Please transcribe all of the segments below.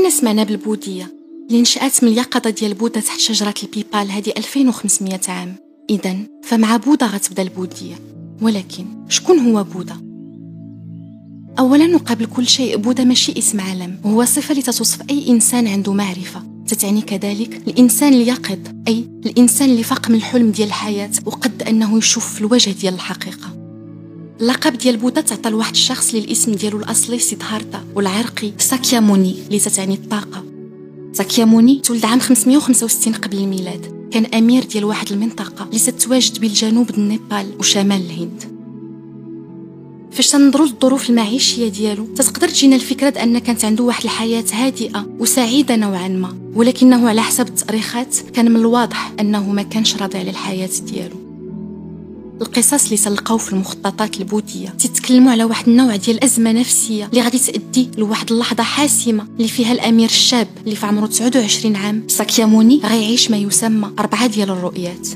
كلنا سمعنا بالبوذية اللي نشأت من اليقظة ديال بوذا تحت شجرة البيبال هذه 2500 عام. إذن فمع بوذا غتبدا البوذية. ولكن شكون هو بوذا؟ أولا وقبل كل شيء بوذا ماشي اسم عالم، هو صفة اللي توصف أي إنسان عنده معرفة، تتعني كذلك الإنسان اليقظ، أي الإنسان اللي فاق من الحلم ديال الحياة وقد أنه يشوف في الوجه ديال الحقيقة. اللقب ديال بوذا تعطى لواحد الشخص اللي الاسم ديالو الأصلي سيدهارتا والعرقي ساكياموني اللي تتعني الطاقة. ساكياموني تولد عام 565 قبل الميلاد، كان أمير ديال واحد المنطقة اللي ستواجد بين جنوب النيبال وشمال الهند. فاش تنظروا للظروف المعيشيه ديالو تقدر تجينا الفكره ان كانت عنده واحد الحياه هادئه وسعيده نوعا ما، ولكنه على حسب التاريخات كان من الواضح انه ما كانش راضي على الحياه ديالو. القصص اللي تلقاو في المخططات البوذيه تتكلموا على واحد النوع ديال الازمه نفسيه اللي غادي تؤدي لواحد اللحظه حاسمه اللي فيها الامير الشاب اللي في عمره 29 عام ساكياموني غيعيش ما يسمى 4 ديال الرؤيات.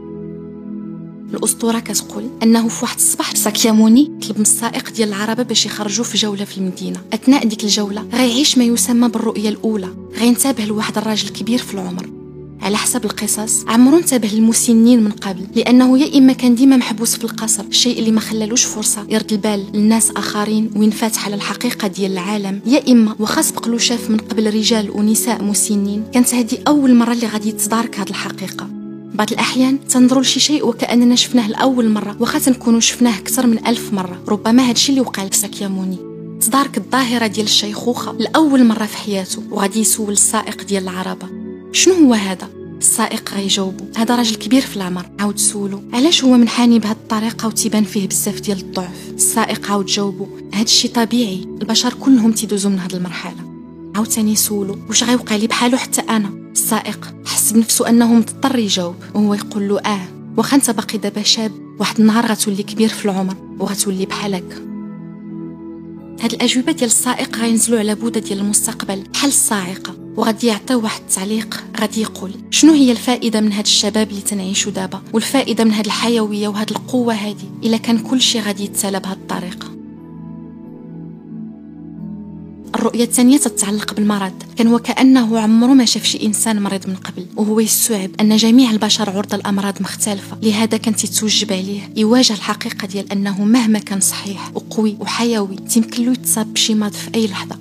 الأسطورة كتقول أنه في واحد الصباح ساكياموني طلب من السائق ديال العربة باش يخرجوا في جولة في المدينة. أثناء ديك الجولة غيعيش ما يسمى بالرؤية الأولى، غينتبه لواحد الراجل كبير في العمر. على حسب القصص عمرو انتبه للمسنين من قبل، لأنه يا إما كان ديما محبوس في القصر، الشيء اللي ما خلالوش فرصة يرد البال للناس آخرين وينفتح على الحقيقة ديال العالم، يا إما وخا سبق له شاف من قبل رجال ونساء مسنين كانت هذه أول مرة اللي غادي يتدارك هذه الحقيقة. بعض الأحيان تنظروا لشي شيء وكأننا شفناه لأول مرة، وخا تنكونوا شفناه أكثر من 1000 مرة. ربما هادشي اللي وقع لساكياموني، تدارك الظاهرة ديال الشيخوخة لأول مرة في حياته، وغادي يسول السائق ديال العربة شنو هو هذا. السائق غيجاوبو هذا راجل كبير في العمر. عاود سولو علاش هو منحني بهذه الطريقة وتيبان فيه بزاف ديال الضعف. السائق عاود جاوبو هادشي طبيعي، البشر كلهم تيدوزوا من هذه المرحلة. عاوتاني سولو واش غيوقع لي بحالو حتى أنا. السائق حس بنفسه أنه مضطر يجاوب، وهو يقول له واخا انت باقي دابا شاب، واحد النهار غتولي كبير في العمر وغتولي بحالك. هاد الأجوبة ديال السائق غينزلوا على بوذا ديال المستقبل بحال الصاعقة، وغادي يعطيو واحد التعليق غادي يقول شنو هي الفائدة من هاد الشباب اللي تنعيشو دابا، والفائدة من هاد الحيوية وهاد القوة هادي إلا كان كل شيء غادي يتسالى بهاد الطريقة. الرؤية الثانية تتعلق بالمرض، كان وكأنه عمره ما شاف شي إنسان مريض من قبل، وهو يستوعب أن جميع البشر عرضة لأمراض مختلفة. لهذا كانت يتوجب عليه يواجه الحقيقة ديال أنه مهما كان صحيح وقوي وحيوي تيمكن له يتصاب بشي مرض في أي لحظة.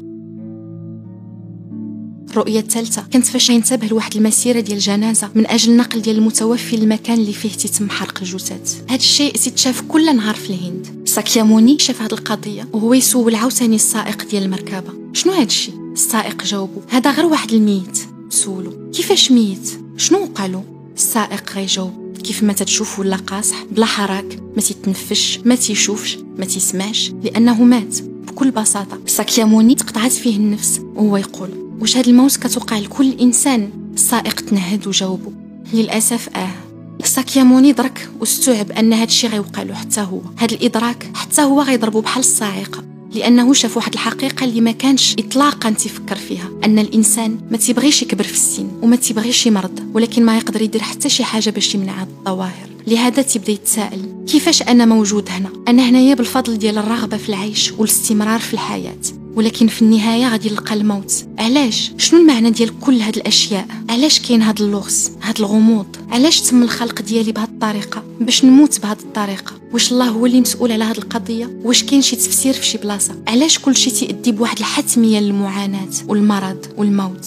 الرؤية الثالثة كانت فاش ينتبه لواحد المسيرة ديال جنازة من أجل نقل ديال المتوفي للمكان اللي فيه تيتم حرق الجثث. هذا الشيء تيتشاف كل نهار في الهند. ساكياموني شاف هذه القضية وهو يسول عاوتاني السائق ديال المركبة شنو هذا الشيء. السائق جاوبو هذا غير واحد الميت. سولو كيفاش ميت، شنو وقالو. السائق غيجاوب كيف ما تتشوف ولا قاصح بلا حراك، ما تيتنفش ما تيشوفش ما تيسمعش، لأنه مات بكل بساطة. ساكياموني تقطعت فيه النفس وهو يقول واش هاد الموت كتوقع لكل إنسان. السائق تنهد وجاوبو للأسف ساكياموني درك واستوعب أن هاد الشيء غيوقع له حتى هو. هاد الإدراك حتى هو غيضربو بحال الصاعقة، لأنه شاف واحد الحقيقة اللي ما كانش إطلاقا تفكر فيها، أن الإنسان ما تيبغيش يكبر في السن وما تيبغيش يمرض، ولكن ما يقدر يدير حتى شي حاجة باش يمنع هاد الظواهر. لهذا تيبدا يتساءل كيفاش أنا موجود هنا، أنا هنايا بالفضل ديال الرغبة في العيش والاستمرار في الحياة، ولكن في النهاية غادي نلقى الموت. علاش؟ شنو المعنى ديال كل هاد الأشياء؟ علاش كاين هاد اللغز، هاد الغموض؟ علاش تم الخلق ديالي بهاد الطريقة باش نموت بهاد الطريقة؟ واش الله هو اللي مسؤول على هاد القضية؟ واش كاين شي تفسير في شي بلاصة؟ علاش كل شيء تيؤدي بواحد الحتمية للمعاناة والمرض والموت؟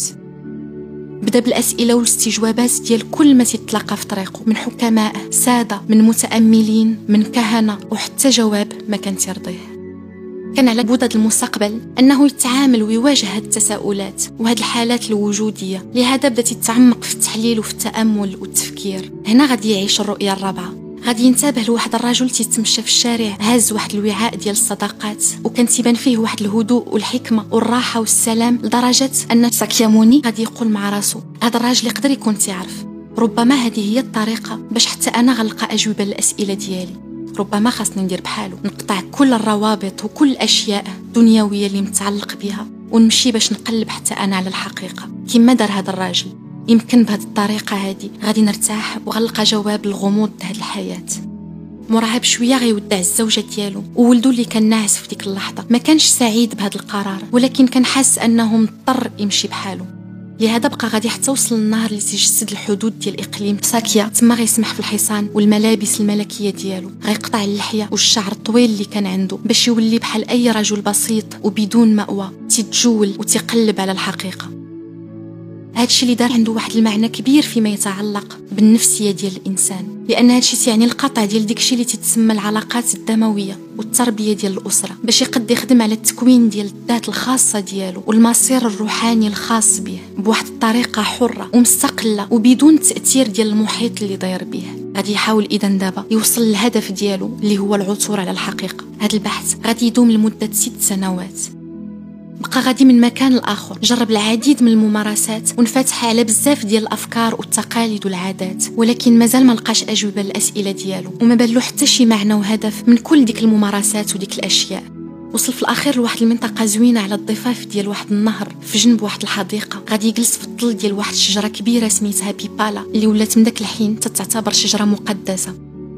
بدا بالأسئلة والاستجوابات ديال كل ما تتلقى في طريقه، من حكماء، سادة، من متأملين، من كهنة، وحتى جواب ما كان ترضيه. كان على بوذا المستقبل أنه يتعامل ويواجه هذه التساؤلات وهذه الحالات الوجودية. لهذا بدأت يتعمق في التحليل وفي التأمل والتفكير. هنا غادي يعيش الرؤية الرابعة. غادي ينتبه لواحد الرجل تيتمشى في الشارع هاز واحد الوعاء ديال الصداقات، وكان تيبان فيه واحد الهدوء والحكمة والراحة والسلام، لدرجة أن ساكياموني غادي يقول مع راسو هذا الراجل يقدر يكون تعرف، ربما هذه هي الطريقة باش حتى أنا غنلقى أجوبة للأسئلة ديالي. ربما خاصني ندير بحالو، نقطع كل الروابط وكل الأشياء الدنيوية اللي متعلق بها ونمشي باش نقلب حتى أنا على الحقيقة كما دار هذا الراجل. يمكن بهذه الطريقة هذه غادي نرتاح وغنلقى جواب للغموض هذه الحياة. مراه بشويه غيودع الزوجه ديالو وولدو اللي كان ناعس في ديك اللحظه. ما كانش سعيد بهذا القرار، ولكن كان حاس انه مضطر يمشي بحاله. لهذا بقى غادي حتى وصل النهار اللي تيجسد الحدود ديال اقليم ساكيا. تما غيسمح في الحصان والملابس الملكيه ديالو، غيقطع اللحيه والشعر الطويل اللي كان عنده باش يولي بحال اي رجل بسيط وبدون مأوى تيتجول وتيقلب على الحقيقه. هادشي اللي دار عنده واحد المعنى كبير فيما يتعلق بالنفسيه ديال الانسان، لان هادشي تيعني القطع ديال داكشي اللي تتسمى العلاقات الدمويه والتربيه ديال الاسره، باش يقد يخدم على التكوين ديال الذات الخاصه ديالو والمصير الروحاني الخاص به بواحد الطريقه حره ومستقله وبدون تاثير ديال المحيط اللي داير به. غادي يحاول اذا دابا يوصل للهدف ديالو اللي هو العثور على الحقيقه. هذا البحث غادي يدوم لمده 6 سنوات. بقى غادي من مكان لآخر، جرب العديد من الممارسات وانفتح على بزاف ديال الافكار والتقاليد والعادات، ولكن مازال ما لقاش اجوبه للاسئله ديالو وما بان له حتى شي معنى وهدف من كل ديك الممارسات وديك الاشياء. وصل في الاخير لواحد المنطقه زوينه على الضفاف ديال واحد النهر في جنب واحد الحديقه. غادي يجلس في الظل ديال واحد الشجره كبيره سميتها بيبالا اللي ولات من داك الحين تعتبر شجره مقدسه.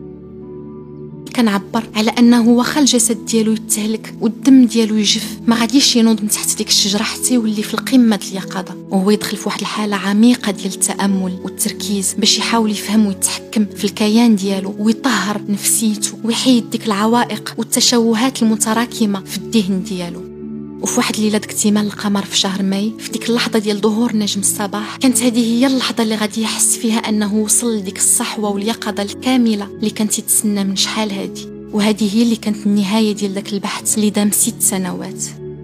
كنعبر على انه واخا الجسد ديالو يتهلك والدم ديالو يجف، ما غاديش ينوض من تحت ديك الشجره حتى يولي في القمه ديال اليقظه، وهو يدخل في واحد الحاله عميقه ديال التامل والتركيز باش يحاول يفهم ويتحكم في الكيان ديالو ويطهر نفسيته ويحيد ديك العوائق والتشوهات المتراكمه في الذهن ديالو. وفي واحد الليله اكتمال القمر في شهر ماي، في ديك اللحظه ديال ظهور نجم الصباح، كانت هذه هي اللحظه اللي غادي يحس فيها انه وصل لديك الصحوه واليقظه الكامله اللي كانت يتسنى من شحال هادي. وهذه هي اللي كانت النهايه ديال داك البحث اللي دام 6 سنوات.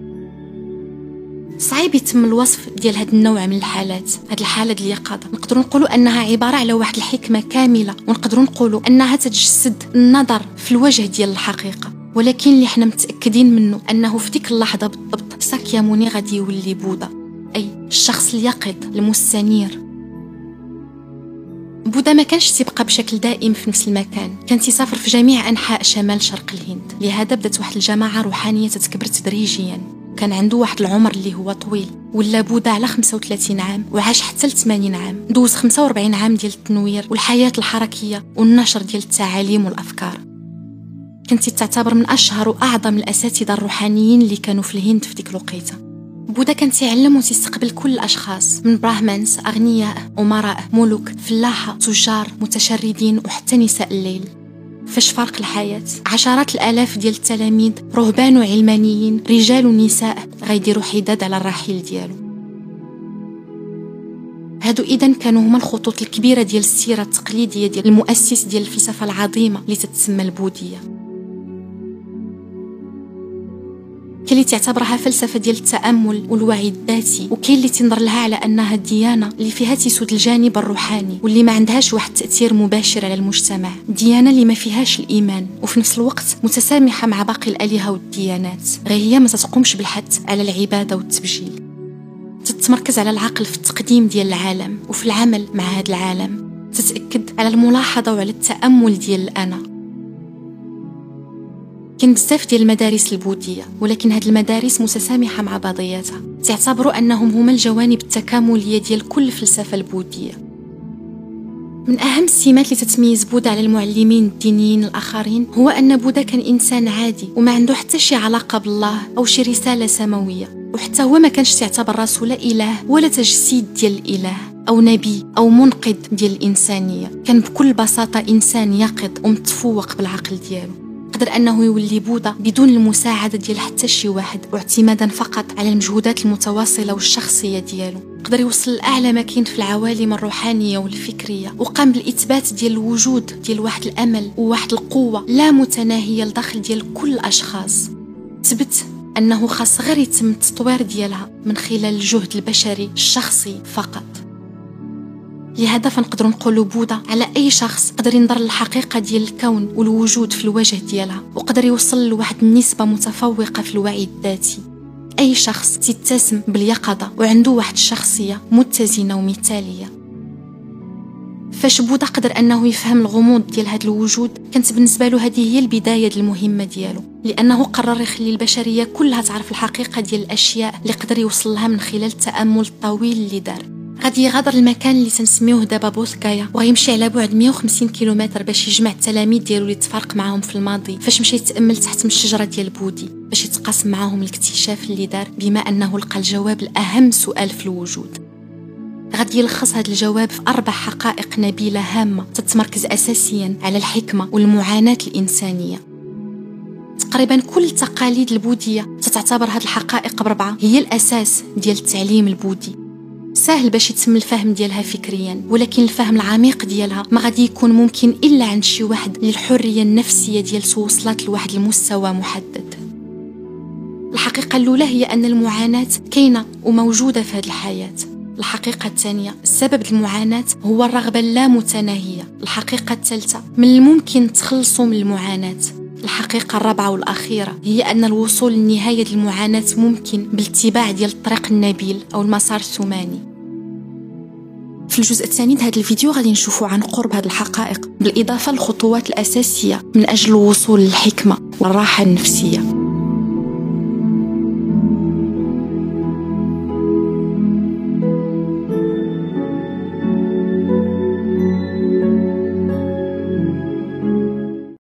صعيب يتم الوصف ديال هذا النوع من الحالات. هذه الحاله ديال اليقظه نقدروا نقولوا انها عباره على واحد الحكمه كامله، ونقدروا نقولوا انها تتجسد النظر في الوجه ديال الحقيقه. ولكن اللي حنا متاكدين منه انه في ديك اللحظه بالضبط ساكياموني غادي يولي بوذا، اي الشخص اليقظ المستنير. بوذا ما كانش تيبقى بشكل دائم في نفس المكان، كان تيسافر في جميع انحاء شمال شرق الهند. لهذا بدات واحد الجماعه روحانيه تتكبر تدريجيا. كان عنده واحد العمر اللي هو طويل، ولا بوذا على 35 عام وعاش حتى ل 80 عام. دوز 45 عام ديال التنوير والحياه الحركيه والنشر ديال التعاليم والافكار. كانت تعتبر من اشهر واعظم الاساتذه الروحانيين اللي كانوا في الهند في ديك الوقيته. بوذا كان تيعلم وتستقبل كل الاشخاص، من براهمانز، اغنياء، امراء، ملوك، فلاحه، تجار، متشردين وحتى نساء الليل. فاش فارق الحياه، عشرات الالاف ديال التلاميذ، رهبان وعلمانيين، رجال ونساء، غيديروا حداد على الرحيل ديالو. هادو إذن كانوا هما الخطوط الكبيره ديال السيره التقليديه ديال المؤسس ديال الفلسفه العظيمه اللي تتسمى البوذيه. كاين اللي تعتبرها فلسفه ديال التامل والوعي الذاتي، وكاين اللي تنظر لها على انها ديانه اللي فيها تسود الجانب الروحاني واللي ما عندهاش واحد التاثير مباشر على المجتمع، ديانه اللي ما فيهاش الايمان وفي نفس الوقت متسامحه مع باقي الالهه والديانات، غير هي ما تقومش بالحث على العباده والتبجيل. تتمركز على العقل في التقديم ديال العالم وفي العمل مع هذا العالم، تتاكد على الملاحظه وعلى التامل ديال الانا. كاين بزاف ديال المدارس البوذيه، ولكن هاد المدارس متسامحه مع بعضياتها، تعتبروا انهم هما الجوانب التكامليه ديال كل فلسفه البوذيه. من اهم السمات اللي تتميز بوذا على المعلمين الدينيين الاخرين هو ان بوذا كان انسان عادي وما عنده حتى شي علاقه بالله او شي رساله سماويه، وحتى هو ما كانش تعتبر راسه لا اله ولا تجسيد ديال الاله او نبي او منقذ ديال الانسانيه. كان بكل بساطه انسان يقظ ومتفوق بالعقل ديالو. قدر انه يولي بوذا بدون المساعده ديال حتى شي واحد، واعتمادا فقط على المجهودات المتواصله والشخصيه ديالو. قدر يوصل لاعلى ما كاين في العوالم الروحانيه والفكريه، وقام بالاثبات ديال الوجود ديال واحد الامل وواحد القوه لا متناهيه لداخل ديال كل الاشخاص. ثبت انه خاص غير يتم التطوير ديالها من خلال الجهد البشري الشخصي فقط. لهذا فنقدروا نقولوا بوذا على اي شخص قدر ينظر للحقيقه ديال الكون والوجود في الوجه ديالها، وقدر يوصل لواحد النسبه متفوقه في الوعي الذاتي. اي شخص تتسم باليقظه وعنده واحد الشخصيه متزنه ومثاليه. فاش بوذا قدر انه يفهم الغموض ديال هذا الوجود، كانت بالنسبه له هذه هي البدايه ديال المهمه ديالو، لانه قرر يخلي البشريه كلها تعرف الحقيقه ديال الاشياء اللي قدر يوصل لها من خلال التامل الطويل اللي دار. غادي يغادر المكان اللي تنسميوه دابا بوثكايا وغيمشي على بعد 150 كيلومتر باش يجمع التلاميذ ديالو اللي تفارق معاهم في الماضي فاش مشى يتامل تحت من الشجره ديال بودي باش يتقاسم معاهم الاكتشاف اللي دار بما انه لقى الجواب لاهم سؤال في الوجود. غادي يلخص هذا الجواب في 4 حقائق نبيله هامه تتمركز اساسيا على الحكمه والمعاناه الانسانيه. تقريبا كل التقاليد البوذيه تتعتبر هذه الحقائق ب4 هي الاساس ديال التعليم البوذي. سهل باش يتم الفهم ديالها فكريا، ولكن الفهم العميق ديالها ما غادي يكون ممكن الا عند شي واحد اللي الحريه النفسيه ديالته وصلت لواحد المستوى محدد. الحقيقه الاولى هي ان المعاناه كاينه وموجوده في هذه الحياه. الحقيقه الثانيه السبب المعاناه هو الرغبه اللامتناهيه. الحقيقه الثالثه من الممكن تخلصوا من المعاناه. الحقيقة الرابعة والأخيرة هي أن الوصول لنهاية المعاناة ممكن بالاتباع ديال الطريق النبيل أو المسار الثماني. في الجزء الثاني هذا الفيديو غادي نشوفوا عن قرب هذه الحقائق بالإضافة للخطوات الأساسية من أجل الوصول للحكمة والراحة النفسية.